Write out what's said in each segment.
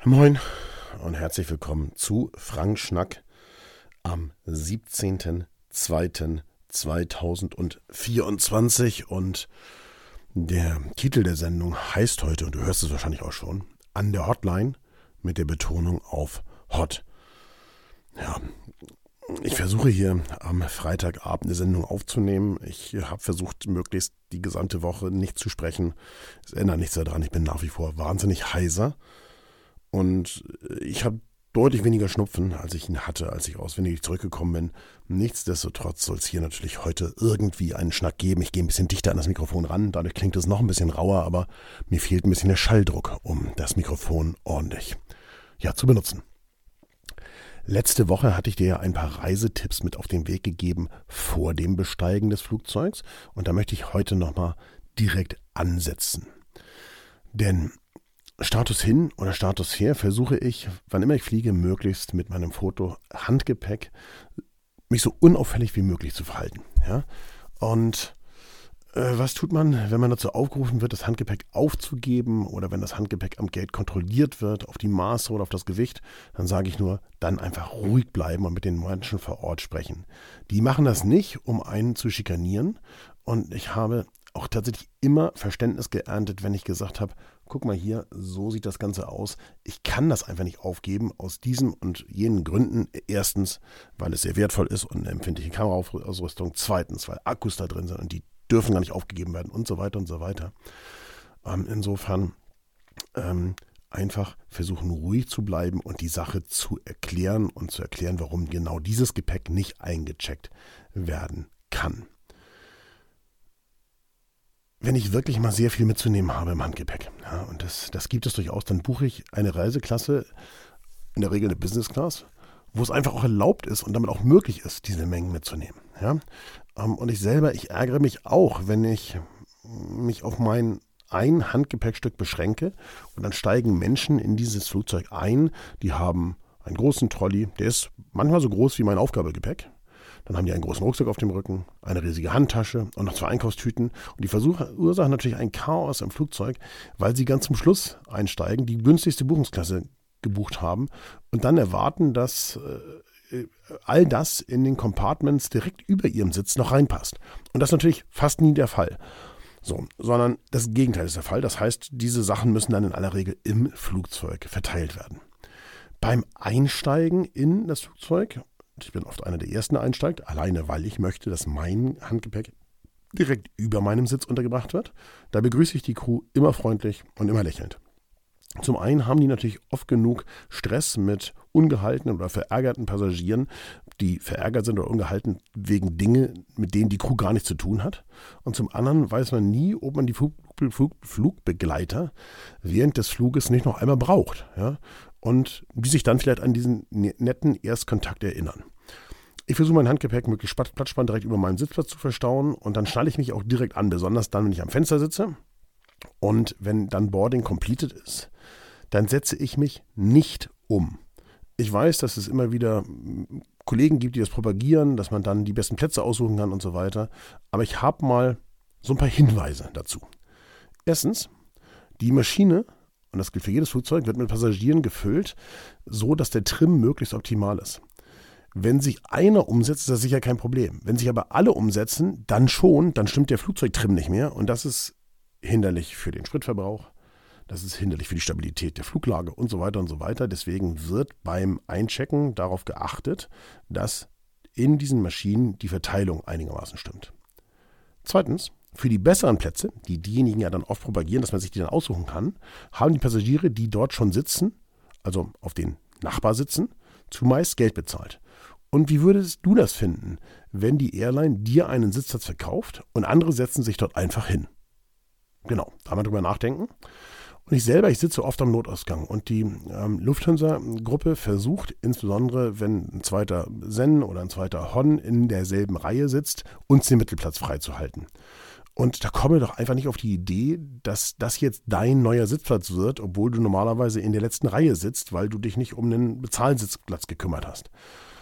Moin und herzlich willkommen zu Frank Schnack am 17.02.2024 und der Titel der Sendung heißt heute, und du hörst es wahrscheinlich auch schon, An der Hotline mit der Betonung auf Hot. Ja, ich versuche hier am Freitagabend eine Sendung aufzunehmen. Ich habe versucht, möglichst die gesamte Woche nicht zu sprechen. Es ändert nichts daran, ich bin nach wie vor wahnsinnig heiser. Und ich habe deutlich weniger Schnupfen, als ich ihn hatte, als ich aus Venedig zurückgekommen bin. Nichtsdestotrotz soll es hier natürlich heute irgendwie einen Schnack geben. Ich gehe ein bisschen dichter an das Mikrofon ran, dadurch klingt es noch ein bisschen rauer, aber mir fehlt ein bisschen der Schalldruck, um das Mikrofon ordentlich zu benutzen. Letzte Woche hatte ich dir ja ein paar Reisetipps mit auf den Weg gegeben vor dem Besteigen des Flugzeugs und da möchte ich heute nochmal direkt ansetzen. Denn Status hin oder Status her versuche ich, wann immer ich fliege, möglichst mit meinem Handgepäck mich so unauffällig wie möglich zu verhalten. Ja? Und was tut man, wenn man dazu aufgerufen wird, das Handgepäck aufzugeben oder wenn das Handgepäck am Gate kontrolliert wird, auf die Maße oder auf das Gewicht? Dann sage ich nur, dann einfach ruhig bleiben und mit den Menschen vor Ort sprechen. Die machen das nicht, um einen zu schikanieren, und ich habe auch tatsächlich immer Verständnis geerntet, wenn ich gesagt habe, guck mal hier, so sieht das Ganze aus. Ich kann das einfach nicht aufgeben, aus diesen und jenen Gründen. Erstens, weil es sehr wertvoll ist und eine empfindliche Kameraausrüstung. Zweitens, weil Akkus da drin sind und die dürfen gar nicht aufgegeben werden und so weiter und so weiter. Insofern einfach versuchen, ruhig zu bleiben und die Sache zu erklären und zu erklären, warum genau dieses Gepäck nicht eingecheckt werden kann. Wenn ich wirklich mal sehr viel mitzunehmen habe im Handgepäck, ja, und das gibt es durchaus, dann buche ich eine Reiseklasse, in der Regel eine Business Class, wo es einfach auch erlaubt ist und damit auch möglich ist, diese Mengen mitzunehmen. Ja. Und ich ärgere mich auch, wenn ich mich auf ein Handgepäckstück beschränke und dann steigen Menschen in dieses Flugzeug ein, die haben einen großen Trolley, der ist manchmal so groß wie mein Aufgabegepäck. Dann haben die einen großen Rucksack auf dem Rücken, eine riesige Handtasche und noch 2 Einkaufstüten. Und die verursachen natürlich ein Chaos im Flugzeug, weil sie ganz zum Schluss einsteigen, die günstigste Buchungsklasse gebucht haben und dann erwarten, dass all das in den Compartments direkt über ihrem Sitz noch reinpasst. Und das ist natürlich fast nie der Fall. So, sondern das Gegenteil ist der Fall. Das heißt, diese Sachen müssen dann in aller Regel im Flugzeug verteilt werden. Beim Einsteigen in das Flugzeug, ich bin oft einer der Ersten, der einsteigt, alleine weil ich möchte, dass mein Handgepäck direkt über meinem Sitz untergebracht wird. Da begrüße ich die Crew immer freundlich und immer lächelnd. Zum einen haben die natürlich oft genug Stress mit ungehaltenen oder verärgerten Passagieren, die verärgert sind oder ungehalten wegen Dinge, mit denen die Crew gar nichts zu tun hat. Und zum anderen weiß man nie, ob man die Flugbegleiter während des Fluges nicht noch einmal braucht. Ja? Und die sich dann vielleicht an diesen netten Erstkontakt erinnern. Ich versuche mein Handgepäck möglichst platzsparend direkt über meinem Sitzplatz zu verstauen und dann schnalle ich mich auch direkt an, besonders dann, wenn ich am Fenster sitze. Und wenn dann Boarding completed ist, dann setze ich mich nicht um. Ich weiß, dass es immer wieder Kollegen gibt, die das propagieren, dass man dann die besten Plätze aussuchen kann und so weiter. Aber ich habe mal so ein paar Hinweise dazu. Erstens, die Maschine, und das gilt für jedes Flugzeug, wird mit Passagieren gefüllt, so dass der Trim möglichst optimal ist. Wenn sich einer umsetzt, ist das sicher kein Problem. Wenn sich aber alle umsetzen, dann stimmt der Flugzeugtrim nicht mehr. Und das ist hinderlich für den Spritverbrauch, das ist hinderlich für die Stabilität der Fluglage und so weiter und so weiter. Deswegen wird beim Einchecken darauf geachtet, dass in diesen Maschinen die Verteilung einigermaßen stimmt. Zweitens, für die besseren Plätze, die diejenigen ja dann oft propagieren, dass man sich die dann aussuchen kann, haben die Passagiere, die dort schon sitzen, also auf den Nachbarsitzen, zumeist Geld bezahlt. Und wie würdest du das finden, wenn die Airline dir einen Sitzplatz verkauft und andere setzen sich dort einfach hin? Genau, da mal drüber nachdenken. Und ich sitze oft am Notausgang und die Lufthansa-Gruppe versucht, insbesondere wenn ein zweiter Zen oder ein zweiter Hon in derselben Reihe sitzt, uns den Mittelplatz freizuhalten. Und da komme doch einfach nicht auf die Idee, dass das jetzt dein neuer Sitzplatz wird, obwohl du normalerweise in der letzten Reihe sitzt, weil du dich nicht um einen Bezahlsitzplatz gekümmert hast.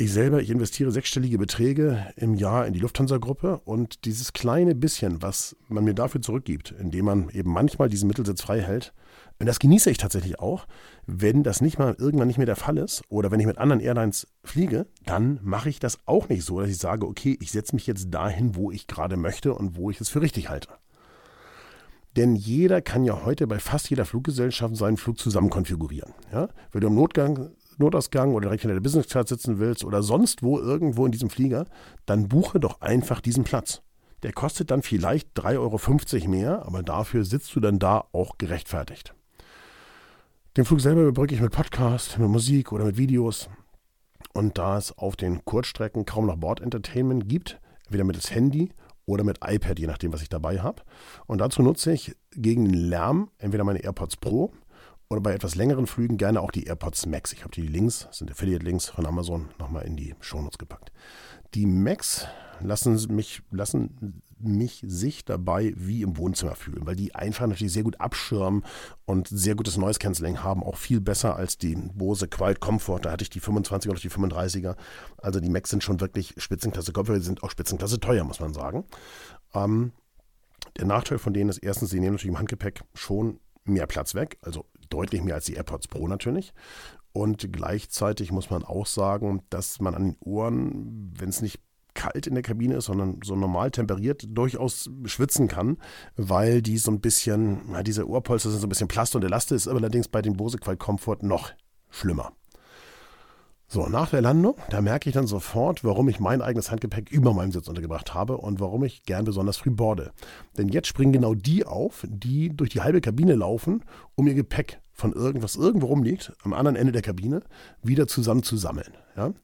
Ich investiere sechsstellige Beträge im Jahr in die Lufthansa-Gruppe und dieses kleine bisschen, was man mir dafür zurückgibt, indem man eben manchmal diesen Mittelsitz frei hält, und das genieße ich tatsächlich auch, wenn das irgendwann nicht mehr der Fall ist oder wenn ich mit anderen Airlines fliege, dann mache ich das auch nicht so, dass ich sage, okay, ich setze mich jetzt dahin, wo ich gerade möchte und wo ich es für richtig halte. Denn jeder kann ja heute bei fast jeder Fluggesellschaft seinen Flug zusammen konfigurieren. Ja? Wenn du im Notausgang oder direkt hinter der Business Class sitzen willst oder sonst wo irgendwo in diesem Flieger, dann buche doch einfach diesen Platz. Der kostet dann vielleicht 3,50 € mehr, aber dafür sitzt du dann da auch gerechtfertigt. Den Flug selber überbrücke ich mit Podcast, mit Musik oder mit Videos. Und da es auf den Kurzstrecken kaum noch Bord-Entertainment gibt, entweder mittels Handy oder mit iPad, je nachdem, was ich dabei habe. Und dazu nutze ich gegen den Lärm entweder meine AirPods Pro oder bei etwas längeren Flügen gerne auch die AirPods Max. Ich habe die Links, das sind Affiliate-Links von Amazon, nochmal in die Shownotes gepackt. Die Max lassen mich sich dabei wie im Wohnzimmer fühlen, weil die einfach natürlich sehr gut abschirmen und sehr gutes Noise Cancelling haben, auch viel besser als die Bose Quiet Comfort. Da hatte ich die 25er oder die 35er. Also die Max sind schon wirklich Spitzenklasse Kopfhörer, die sind auch Spitzenklasse teuer, muss man sagen. Der Nachteil von denen ist erstens, sie nehmen natürlich im Handgepäck schon mehr Platz weg, also deutlich mehr als die AirPods Pro natürlich. Und gleichzeitig muss man auch sagen, dass man an den Ohren, wenn es nicht kalt in der Kabine ist, sondern so normal temperiert, durchaus schwitzen kann, weil die so ein bisschen, diese Ohrpolster sind so ein bisschen Plast und Elaste ist allerdings bei dem Bose Quiet Comfort noch schlimmer. So, nach der Landung, da merke ich dann sofort, warum ich mein eigenes Handgepäck über meinem Sitz untergebracht habe und warum ich gern besonders früh boarde. Denn jetzt springen genau die auf, die durch die halbe Kabine laufen, um ihr Gepäck von irgendwas irgendwo rumliegt, am anderen Ende der Kabine, wieder zusammenzusammeln. Ja?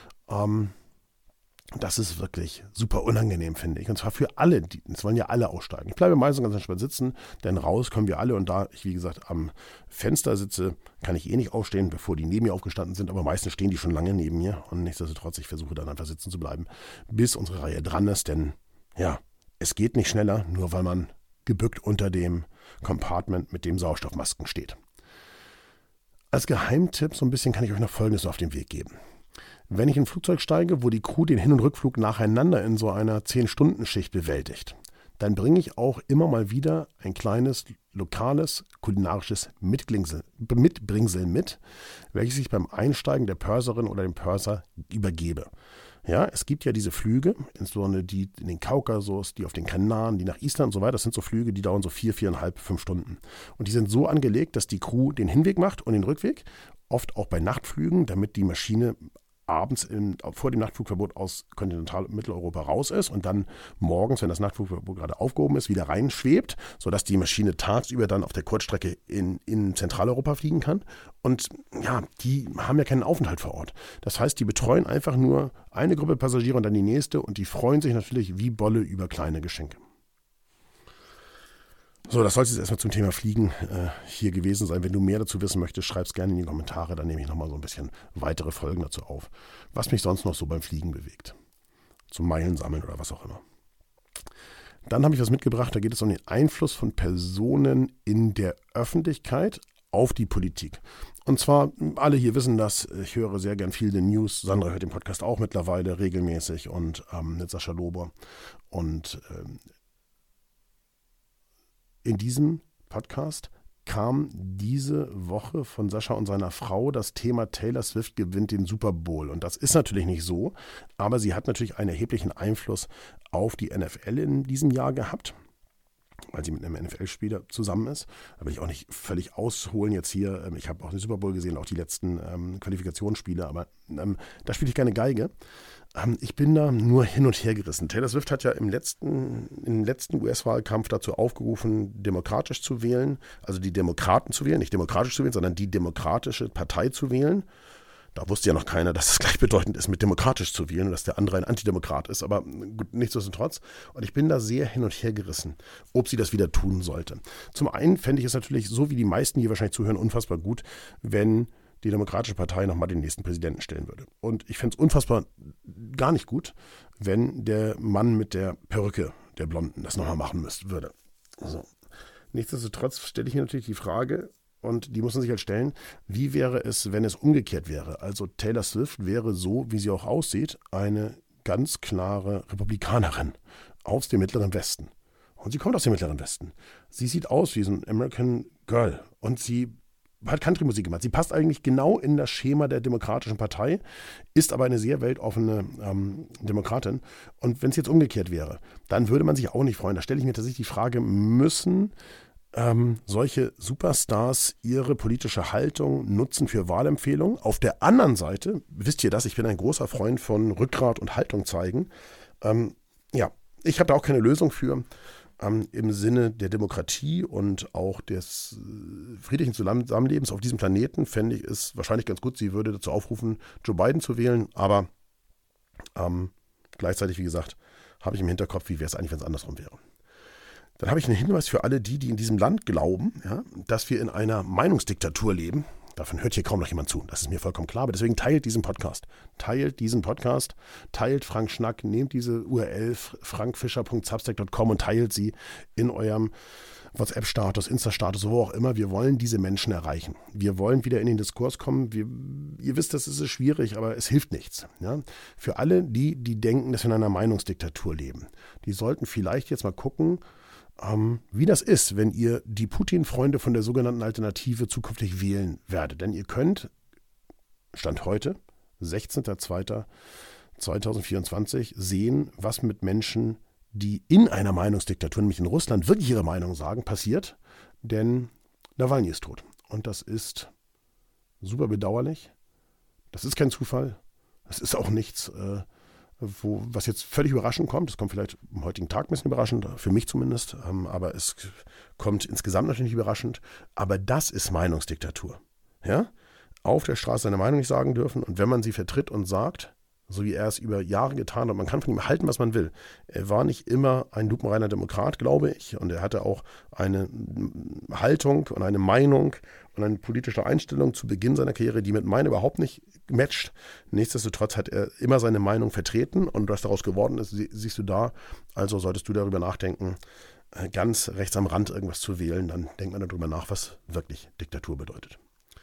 Das ist wirklich super unangenehm, finde ich. Und zwar für alle, es wollen ja alle aussteigen. Ich bleibe meistens ganz entspannt sitzen, denn raus kommen wir alle. Und da ich, wie gesagt, am Fenster sitze, kann ich nicht aufstehen, bevor die neben mir aufgestanden sind. Aber meistens stehen die schon lange neben mir. Und nichtsdestotrotz, ich versuche dann einfach sitzen zu bleiben, bis unsere Reihe dran ist. Denn ja, es geht nicht schneller, nur weil man gebückt unter dem Compartment mit dem Sauerstoffmasken steht. Als Geheimtipp so ein bisschen kann ich euch noch Folgendes auf den Weg geben. Wenn ich in ein Flugzeug steige, wo die Crew den Hin- und Rückflug nacheinander in so einer 10-Stunden-Schicht bewältigt, dann bringe ich auch immer mal wieder ein kleines, lokales, kulinarisches Mitbringsel mit, welches ich beim Einsteigen der Purserin oder dem Purser übergebe. Ja, es gibt ja diese Flüge, insbesondere die in den Kaukasus, die auf den Kanaren, die nach Island und so weiter, das sind so Flüge, die dauern so 4,5, 5 Stunden. Und die sind so angelegt, dass die Crew den Hinweg macht und den Rückweg, oft auch bei Nachtflügen, damit die Maschine abends vor dem Nachtflugverbot aus Kontinental- und Mitteleuropa raus ist und dann morgens, wenn das Nachtflugverbot gerade aufgehoben ist, wieder reinschwebt, sodass die Maschine tagsüber dann auf der Kurzstrecke in Zentraleuropa fliegen kann. Und ja, die haben ja keinen Aufenthalt vor Ort. Das heißt, die betreuen einfach nur eine Gruppe Passagiere und dann die nächste und die freuen sich natürlich wie Bolle über kleine Geschenke. So, das soll es jetzt erstmal zum Thema Fliegen hier gewesen sein. Wenn du mehr dazu wissen möchtest, schreib es gerne in die Kommentare, dann nehme ich nochmal so ein bisschen weitere Folgen dazu auf, was mich sonst noch so beim Fliegen bewegt. Zum Meilen sammeln oder was auch immer. Dann habe ich was mitgebracht, da geht es um den Einfluss von Personen in der Öffentlichkeit auf die Politik. Und zwar, alle hier wissen das, ich höre sehr gern viel den News, Sandra hört den Podcast auch mittlerweile regelmäßig und mit Sascha Lober und in diesem Podcast kam diese Woche von Sascha und seiner Frau das Thema Taylor Swift gewinnt den Super Bowl. Und das ist natürlich nicht so, aber sie hat natürlich einen erheblichen Einfluss auf die NFL in diesem Jahr gehabt, weil sie mit einem NFL-Spieler zusammen ist. Da will ich auch nicht völlig ausholen jetzt hier. Ich habe auch den Super Bowl gesehen, auch die letzten Qualifikationsspiele, aber da spiele ich keine Geige. Ich bin da nur hin und her gerissen. Taylor Swift hat ja im letzten US-Wahlkampf dazu aufgerufen, demokratisch zu wählen, also die Demokraten zu wählen, nicht demokratisch zu wählen, sondern die demokratische Partei zu wählen. Da wusste ja noch keiner, dass es gleichbedeutend ist, mit demokratisch zu wählen und dass der andere ein Antidemokrat ist, aber gut, nichtsdestotrotz. Und ich bin da sehr hin und her gerissen, ob sie das wieder tun sollte. Zum einen fände ich es natürlich, so wie die meisten hier wahrscheinlich zuhören, unfassbar gut, wenn die Demokratische Partei nochmal den nächsten Präsidenten stellen würde. Und ich fände es unfassbar gar nicht gut, wenn der Mann mit der Perücke, der Blonden, das nochmal machen würde. Also, nichtsdestotrotz stelle ich mir natürlich die Frage, und die müssen sich halt stellen, wie wäre es, wenn es umgekehrt wäre? Also Taylor Swift wäre so, wie sie auch aussieht, eine ganz klare Republikanerin aus dem Mittleren Westen. Und sie kommt aus dem Mittleren Westen. Sie sieht aus wie so ein American Girl und sie hat Country-Musik gemacht. Sie passt eigentlich genau in das Schema der Demokratischen Partei, ist aber eine sehr weltoffene Demokratin. Und wenn es jetzt umgekehrt wäre, dann würde man sich auch nicht freuen. Da stelle ich mir tatsächlich die Frage, müssen solche Superstars ihre politische Haltung nutzen für Wahlempfehlungen? Auf der anderen Seite, wisst ihr das, ich bin ein großer Freund von Rückgrat und Haltung zeigen. Ich habe da auch keine Lösung für. Im Sinne der Demokratie und auch des friedlichen Zusammenlebens auf diesem Planeten fände ich es wahrscheinlich ganz gut, sie würde dazu aufrufen, Joe Biden zu wählen, aber gleichzeitig, wie gesagt, habe ich im Hinterkopf, wie wäre es eigentlich, wenn es andersrum wäre. Dann habe ich einen Hinweis für alle die in diesem Land glauben, ja, dass wir in einer Meinungsdiktatur leben. Davon hört hier kaum noch jemand zu. Das ist mir vollkommen klar. Aber deswegen teilt diesen Podcast. Teilt Frank Schnack, nehmt diese URL frankfischer.substack.com und teilt sie in eurem WhatsApp-Status, Insta-Status, wo auch immer. Wir wollen diese Menschen erreichen. Wir wollen wieder in den Diskurs kommen. Ihr wisst, das ist schwierig, aber es hilft nichts. Ja? Für alle, die denken, dass wir in einer Meinungsdiktatur leben, die sollten vielleicht jetzt mal gucken, wie das ist, wenn ihr die Putin-Freunde von der sogenannten Alternative zukünftig wählen werdet. Denn ihr könnt, Stand heute, 16.02.2024, sehen, was mit Menschen, die in einer Meinungsdiktatur, nämlich in Russland, wirklich ihre Meinung sagen, passiert. Denn Nawalny ist tot. Und das ist super bedauerlich. Das ist kein Zufall. Das ist auch nichts, was jetzt völlig überraschend kommt. Das kommt vielleicht am heutigen Tag ein bisschen überraschend, für mich zumindest, aber es kommt insgesamt natürlich nicht überraschend. Aber das ist Meinungsdiktatur. Ja? Auf der Straße seine Meinung nicht sagen dürfen und wenn man sie vertritt und sagt, so wie er es über Jahre getan hat, man kann von ihm halten, was man will. Er war nicht immer ein lupenreiner Demokrat, glaube ich, und er hatte auch eine Haltung und eine Meinung und eine politische Einstellung zu Beginn seiner Karriere, die mit meiner überhaupt nicht matcht. Nichtsdestotrotz hat er immer seine Meinung vertreten und was daraus geworden ist, siehst du da. Also solltest du darüber nachdenken, ganz rechts am Rand irgendwas zu wählen, dann denkt man darüber nach, was wirklich Diktatur bedeutet.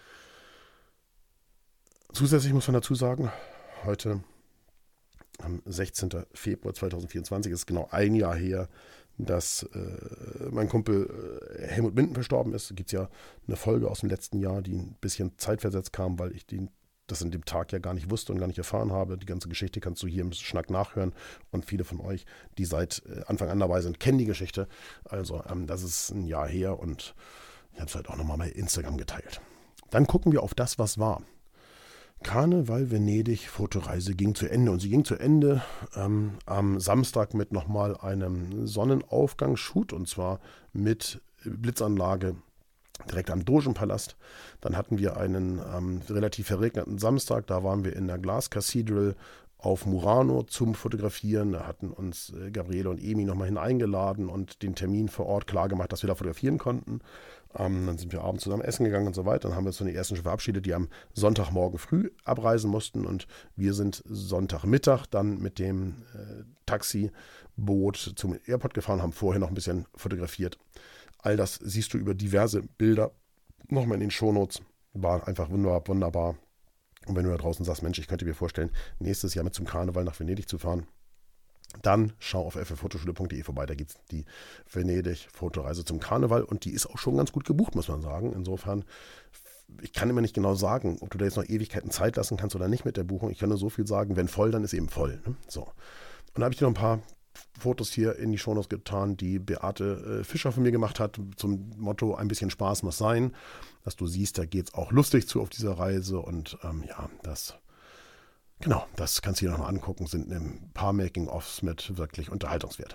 Zusätzlich muss man dazu sagen, heute am 16. Februar 2024 ist genau ein Jahr her, dass mein Kumpel Helmut Minden verstorben ist. Da gibt es ja eine Folge aus dem letzten Jahr, die ein bisschen zeitversetzt kam, weil ich das an dem Tag ja gar nicht wusste und gar nicht erfahren habe. Die ganze Geschichte kannst du hier im Schnack nachhören und viele von euch, die seit Anfang an dabei sind, kennen die Geschichte. Also das ist ein Jahr her und ich habe es halt auch nochmal bei Instagram geteilt. Dann gucken wir auf das, was war. Karneval Venedig Fotoreise ging zu Ende und sie ging zu Ende am Samstag mit nochmal einem Sonnenaufgangsshoot und zwar mit Blitzanlage direkt am Dogenpalast. Dann hatten wir einen relativ verregneten Samstag, da waren wir in der Glass Cathedral auf Murano zum Fotografieren. Da hatten uns Gabriele und Emi nochmal hineingeladen und den Termin vor Ort klargemacht, dass wir da fotografieren konnten. Dann sind wir abends zusammen essen gegangen und so weiter. Dann haben wir uns von den ersten schon verabschiedet, die am Sonntagmorgen früh abreisen mussten. Und wir sind Sonntagmittag dann mit dem Taxiboot zum Airport gefahren, haben vorher noch ein bisschen fotografiert. All das siehst du über diverse Bilder nochmal in den Shownotes. War einfach wunderbar. Und wenn du da draußen sagst, Mensch, ich könnte mir vorstellen, nächstes Jahr mit zum Karneval nach Venedig zu fahren, dann schau auf fffotoschule.de vorbei. Da gibt es die Venedig-Fotoreise zum Karneval und die ist auch schon ganz gut gebucht, muss man sagen. Insofern, ich kann immer nicht genau sagen, ob du da jetzt noch Ewigkeiten Zeit lassen kannst oder nicht mit der Buchung. Ich kann nur so viel sagen, wenn voll, dann ist eben voll. Ne? So. Und da habe ich dir noch ein paar Fotos hier in die Shownotes getan, die Beate Fischer von mir gemacht hat, zum Motto, ein bisschen Spaß muss sein. Dass du siehst, da geht es auch lustig zu auf dieser Reise und das kannst du dir nochmal angucken, sind ein paar Making-ofs mit wirklich Unterhaltungswert.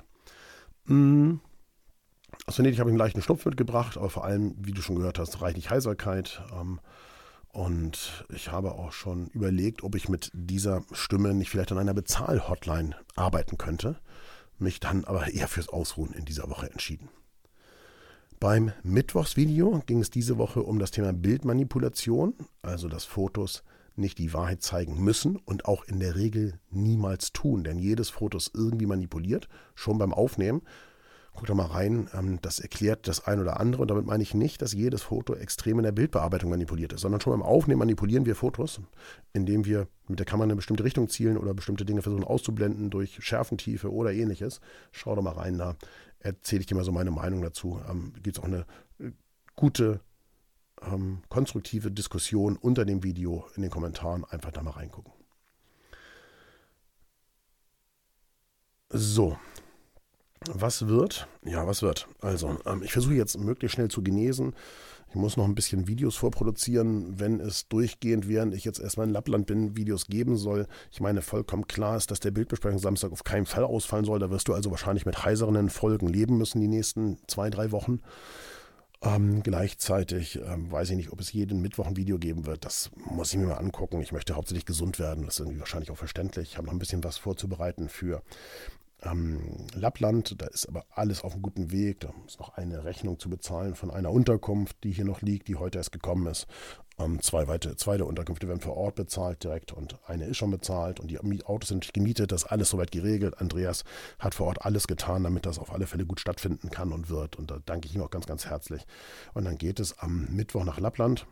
Aus Venedig habe ich einen leichten Schnupfen mitgebracht, aber vor allem, wie du schon gehört hast, reichlich Heiserkeit. Und ich habe auch schon überlegt, ob ich mit dieser Stimme nicht vielleicht an einer Bezahl-Hotline arbeiten könnte. Mich dann aber eher fürs Ausruhen in dieser Woche entschieden. Beim Mittwochsvideo ging es diese Woche um das Thema Bildmanipulation, also dass Fotos nicht die Wahrheit zeigen müssen und auch in der Regel niemals tun, denn jedes Foto ist irgendwie manipuliert, schon beim Aufnehmen. Guck da mal rein, das erklärt das ein oder andere und damit meine ich nicht, dass jedes Foto extrem in der Bildbearbeitung manipuliert ist, sondern schon beim Aufnehmen manipulieren wir Fotos, indem wir mit der Kamera in eine bestimmte Richtung zielen oder bestimmte Dinge versuchen auszublenden durch Schärfentiefe oder ähnliches. Schau da mal rein, da erzähle ich dir mal so meine Meinung dazu. Gibt es auch eine gute, konstruktive Diskussion unter dem Video in den Kommentaren. Einfach da mal reingucken. So. Was wird? Ja, was wird? Also, ich versuche jetzt möglichst schnell zu genesen. Ich muss noch ein bisschen Videos vorproduzieren, wenn es durchgehend, während ich jetzt erstmal in Lappland bin, Videos geben soll. Ich meine, vollkommen klar ist, dass der Bildbesprechung Samstag auf keinen Fall ausfallen soll. Da wirst du also wahrscheinlich mit heisernen Folgen leben müssen die nächsten 2-3 Wochen. Gleichzeitig weiß ich nicht, ob es jeden Mittwoch ein Video geben wird. Das muss ich mir mal angucken. Ich möchte hauptsächlich gesund werden. Das ist irgendwie wahrscheinlich auch verständlich. Ich habe noch ein bisschen was vorzubereiten für Lappland, da ist aber alles auf einem guten Weg. Da ist noch eine Rechnung zu bezahlen von einer Unterkunft, die hier noch liegt, die heute erst gekommen ist. Zweite Unterkünfte werden vor Ort bezahlt direkt und eine ist schon bezahlt und die Autos sind gemietet, das ist alles soweit geregelt. Andreas hat vor Ort alles getan, damit das auf alle Fälle gut stattfinden kann und wird und da danke ich ihm auch ganz, ganz herzlich. Und dann geht es am Mittwoch nach Lappland.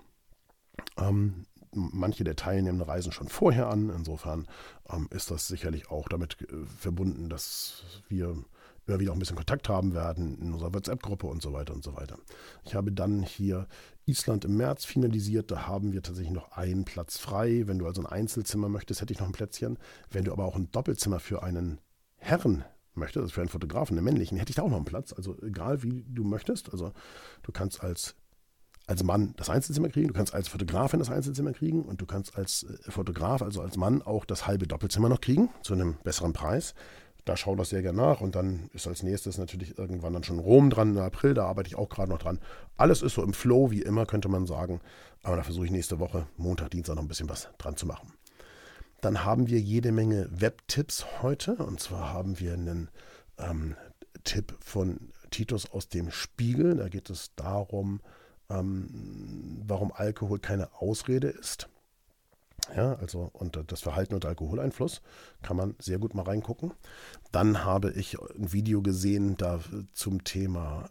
Manche der Teilnehmenden reisen schon vorher an. Insofern ist das sicherlich auch damit verbunden, dass wir immer wieder auch ein bisschen Kontakt haben werden in unserer WhatsApp-Gruppe und so weiter und so weiter. Ich habe dann hier Island im März finalisiert. Da haben wir tatsächlich noch einen Platz frei. Wenn du also ein Einzelzimmer möchtest, hätte ich noch ein Plätzchen. Wenn du aber auch ein Doppelzimmer für einen Herren möchtest, also für einen Fotografen, einen männlichen, hätte ich da auch noch einen Platz. Also egal wie du möchtest. Also du kannst als Mann das Einzelzimmer kriegen, du kannst als Fotografin das Einzelzimmer kriegen und du kannst als Fotograf, also als Mann, auch das halbe Doppelzimmer noch kriegen, zu einem besseren Preis. Da schau das sehr gerne nach und dann ist als nächstes natürlich irgendwann dann schon Rom dran, im April, da arbeite ich auch gerade noch dran. Alles ist so im Flow, wie immer, könnte man sagen, aber da versuche ich nächste Woche, Montag, Dienstag noch ein bisschen was dran zu machen. Dann haben wir jede Menge Webtipps heute und zwar haben wir einen Tipp von Titus aus dem Spiegel, da geht es darum, warum Alkohol keine Ausrede ist. Ja, also und das Verhalten unter Alkoholeinfluss kann man sehr gut mal reingucken. Dann habe ich ein Video gesehen da zum Thema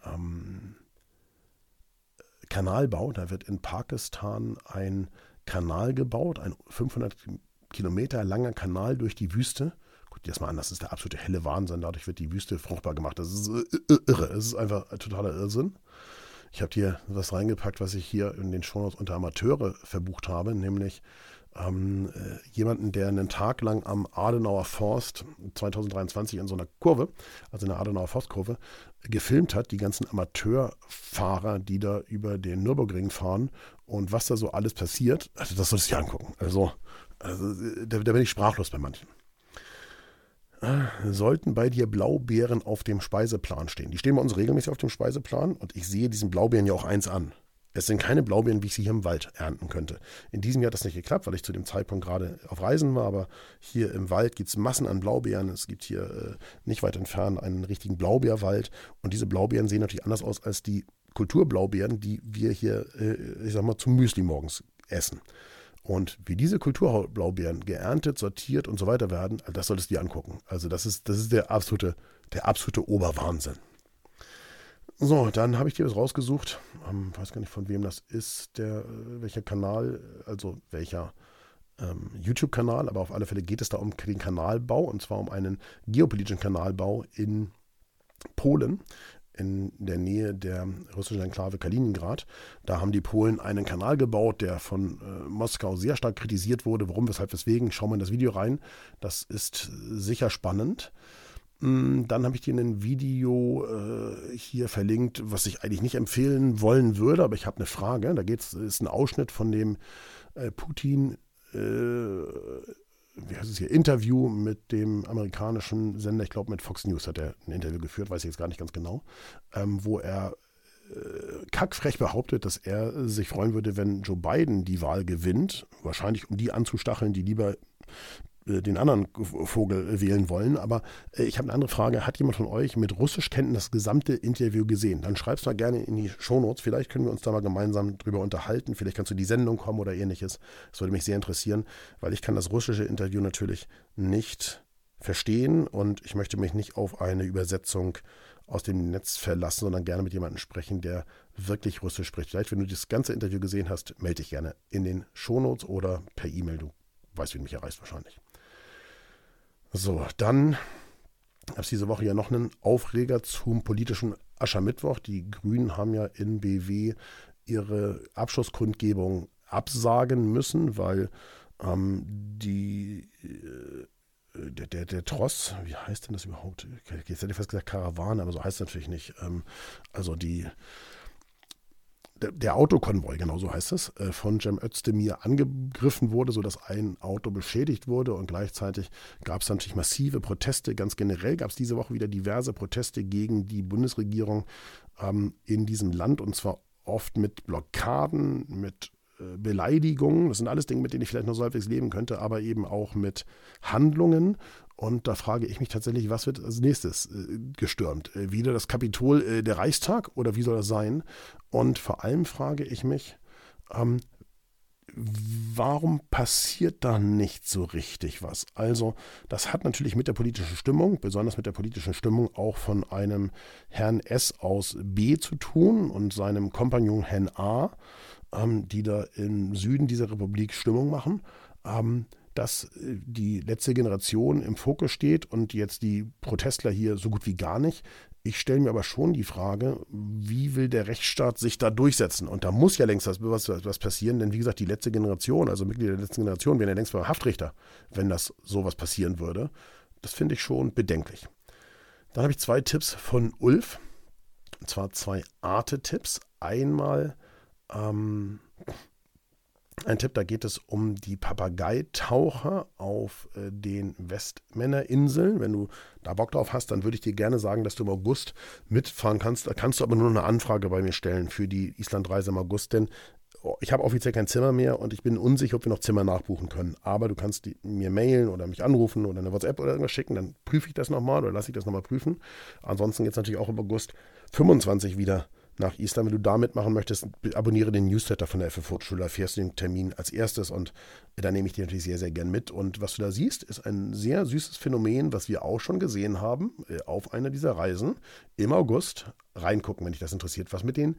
Kanalbau. Da wird in Pakistan ein Kanal gebaut, ein 500 Kilometer langer Kanal durch die Wüste. Guck dir das mal an, das ist der absolute helle Wahnsinn. Dadurch wird die Wüste fruchtbar gemacht. Das ist irre. Es ist einfach ein totaler Irrsinn. Ich habe hier was reingepackt, was ich hier in den Shownotes unter Amateure verbucht habe, nämlich jemanden, der einen Tag lang am Adenauer Forst 2023 in so einer Kurve, also in der Adenauer Forstkurve, gefilmt hat, die ganzen Amateurfahrer, die da über den Nürburgring fahren und was da so alles passiert. Also das solltest du dir angucken. Also da bin ich sprachlos bei manchen. Sollten bei dir Blaubeeren auf dem Speiseplan stehen? Die stehen bei uns regelmäßig auf dem Speiseplan und ich sehe diesen Blaubeeren ja auch eins an. Es sind keine Blaubeeren, wie ich sie hier im Wald ernten könnte. In diesem Jahr hat das nicht geklappt, weil ich zu dem Zeitpunkt gerade auf Reisen war, aber hier im Wald gibt es Massen an Blaubeeren. Es gibt hier nicht weit entfernt einen richtigen Blaubeerwald und diese Blaubeeren sehen natürlich anders aus als die Kulturblaubeeren, die wir hier, ich sag mal, zum Müsli morgens essen. Und wie diese Kulturblaubeeren geerntet, sortiert und so weiter werden, das solltest du dir angucken. Also das ist der absolute Oberwahnsinn. So, dann habe ich dir das rausgesucht. Weiß gar nicht, von wem das ist, welcher Kanal, also welcher YouTube-Kanal, aber auf alle Fälle geht es da um den Kanalbau, und zwar um einen geopolitischen Kanalbau in Polen, in der Nähe der russischen Enklave Kaliningrad. Da haben die Polen einen Kanal gebaut, der von Moskau sehr stark kritisiert wurde. Warum, weshalb, weswegen? Schau mal in das Video rein. Das ist sicher spannend. Dann habe ich dir ein Video hier verlinkt, was ich eigentlich nicht empfehlen wollen würde, aber ich habe eine Frage. Da ist ein Ausschnitt von dem Putin Interview mit dem amerikanischen Sender, ich glaube mit Fox News hat er ein Interview geführt, weiß ich jetzt gar nicht ganz genau, wo er kackfrech behauptet, dass er sich freuen würde, wenn Joe Biden die Wahl gewinnt, wahrscheinlich um die anzustacheln, die lieber den anderen Vogel wählen wollen. Aber ich habe eine andere Frage. Hat jemand von euch mit Russischkenntnis das gesamte Interview gesehen? Dann schreib's mal gerne in die Shownotes. Vielleicht können wir uns da mal gemeinsam drüber unterhalten. Vielleicht kannst du in die Sendung kommen oder ähnliches. Das würde mich sehr interessieren, weil ich kann das russische Interview natürlich nicht verstehen und ich möchte mich nicht auf eine Übersetzung aus dem Netz verlassen, sondern gerne mit jemandem sprechen, der wirklich Russisch spricht. Vielleicht, wenn du das ganze Interview gesehen hast, melde dich gerne in den Shownotes oder per E-Mail. Du weißt, wie du mich erreichst wahrscheinlich. So, dann gab es diese Woche ja noch einen Aufreger zum politischen Aschermittwoch. Die Grünen haben ja in BW ihre Abschlusskundgebung absagen müssen, weil der Tross, wie heißt denn das überhaupt? Jetzt hätte ich fast gesagt Karawane, aber so heißt es natürlich nicht. Also der Autokonvoi, genau so heißt es, von Cem Özdemir angegriffen wurde, sodass ein Auto beschädigt wurde und gleichzeitig gab es natürlich massive Proteste. Ganz generell gab es diese Woche wieder diverse Proteste gegen die Bundesregierung in diesem Land und zwar oft mit Blockaden, mit Beleidigungen. Das sind alles Dinge, mit denen ich vielleicht noch so halbwegs leben könnte, aber eben auch mit Handlungen. Und da frage ich mich tatsächlich, was wird als nächstes gestürmt? Wieder das Kapitol, der Reichstag oder wie soll das sein? Und vor allem frage ich mich, warum passiert da nicht so richtig was? Also das hat natürlich mit der politischen Stimmung, besonders mit der politischen Stimmung auch von einem Herrn S. aus B. zu tun und seinem Kompagnon Herrn A., die da im Süden dieser Republik Stimmung machen, dass die letzte Generation im Fokus steht und jetzt die Protestler hier so gut wie gar nicht. Ich stelle mir aber schon die Frage, wie will der Rechtsstaat sich da durchsetzen? Und da muss ja längst was passieren, denn wie gesagt, die letzte Generation, also Mitglieder der letzten Generation, wären ja längst beim Haftrichter, wenn das sowas passieren würde. Das finde ich schon bedenklich. Dann habe ich 2 Tipps von Ulf, und zwar 2 Arte-Tipps. Einmal ein Tipp, da geht es um die Papageitaucher auf den Westmännerinseln. Wenn du da Bock drauf hast, dann würde ich dir gerne sagen, dass du im August mitfahren kannst. Da kannst du aber nur eine Anfrage bei mir stellen für die Islandreise im August, denn ich habe offiziell kein Zimmer mehr und ich bin unsicher, ob wir noch Zimmer nachbuchen können. Aber du kannst mir mailen oder mich anrufen oder eine WhatsApp oder irgendwas schicken, dann prüfe ich das nochmal oder lasse ich das nochmal prüfen. Ansonsten geht es natürlich auch im August 25 wieder nach Island. Wenn du da mitmachen möchtest, abonniere den Newsletter von der FF Hochschule, erfährst du den Termin als erstes und da nehme ich dir natürlich sehr, sehr gern mit. Und was du da siehst, ist ein sehr süßes Phänomen, was wir auch schon gesehen haben auf einer dieser Reisen im August. Reingucken, wenn dich das interessiert, was mit den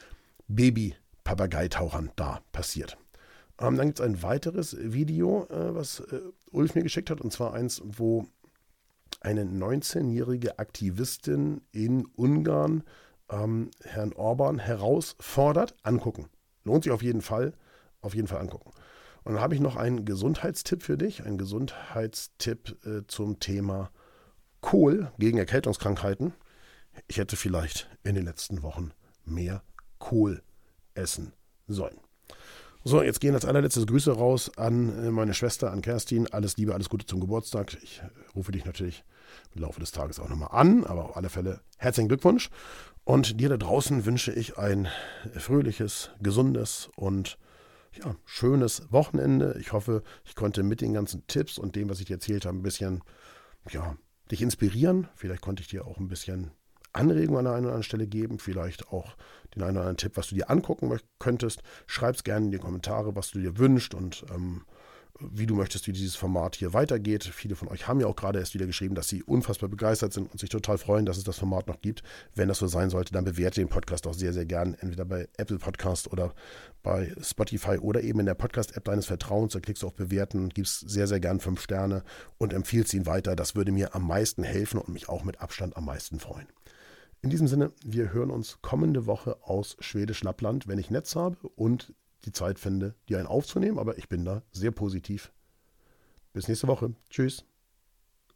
Baby-Papageitauchern da passiert. Dann gibt es ein weiteres Video, was Ulf mir geschickt hat, und zwar eins, wo eine 19-jährige Aktivistin in Ungarn Herrn Orban herausfordert. Angucken. Lohnt sich auf jeden Fall angucken. Und dann habe ich noch einen Gesundheitstipp für dich, einen Gesundheitstipp zum Thema Kohl gegen Erkältungskrankheiten. Ich hätte vielleicht in den letzten Wochen mehr Kohl essen sollen. So, jetzt gehen als allerletztes Grüße raus an meine Schwester, an Kerstin. Alles Liebe, alles Gute zum Geburtstag. Ich rufe dich natürlich im Laufe des Tages auch nochmal an, aber auf alle Fälle herzlichen Glückwunsch. Und dir da draußen wünsche ich ein fröhliches, gesundes und ja, schönes Wochenende. Ich hoffe, ich konnte mit den ganzen Tipps und dem, was ich dir erzählt habe, ein bisschen dich inspirieren. Vielleicht konnte ich dir auch ein bisschen Anregungen an der einen oder anderen Stelle geben, vielleicht auch den einen oder anderen Tipp, was du dir angucken könntest. Schreib es gerne in die Kommentare, was du dir wünschst und wie du möchtest, wie dieses Format hier weitergeht. Viele von euch haben ja auch gerade erst wieder geschrieben, dass sie unfassbar begeistert sind und sich total freuen, dass es das Format noch gibt. Wenn das so sein sollte, dann bewerte den Podcast auch sehr, sehr gern, entweder bei Apple Podcast oder bei Spotify oder eben in der Podcast-App deines Vertrauens. Da klickst du auf Bewerten, gibst sehr, sehr gern 5 Sterne und empfiehlst ihn weiter. Das würde mir am meisten helfen und mich auch mit Abstand am meisten freuen. In diesem Sinne, wir hören uns kommende Woche aus Schwedisch Lappland, wenn ich Netz habe und die Zeit finde, dir einen aufzunehmen. Aber ich bin da sehr positiv. Bis nächste Woche. Tschüss.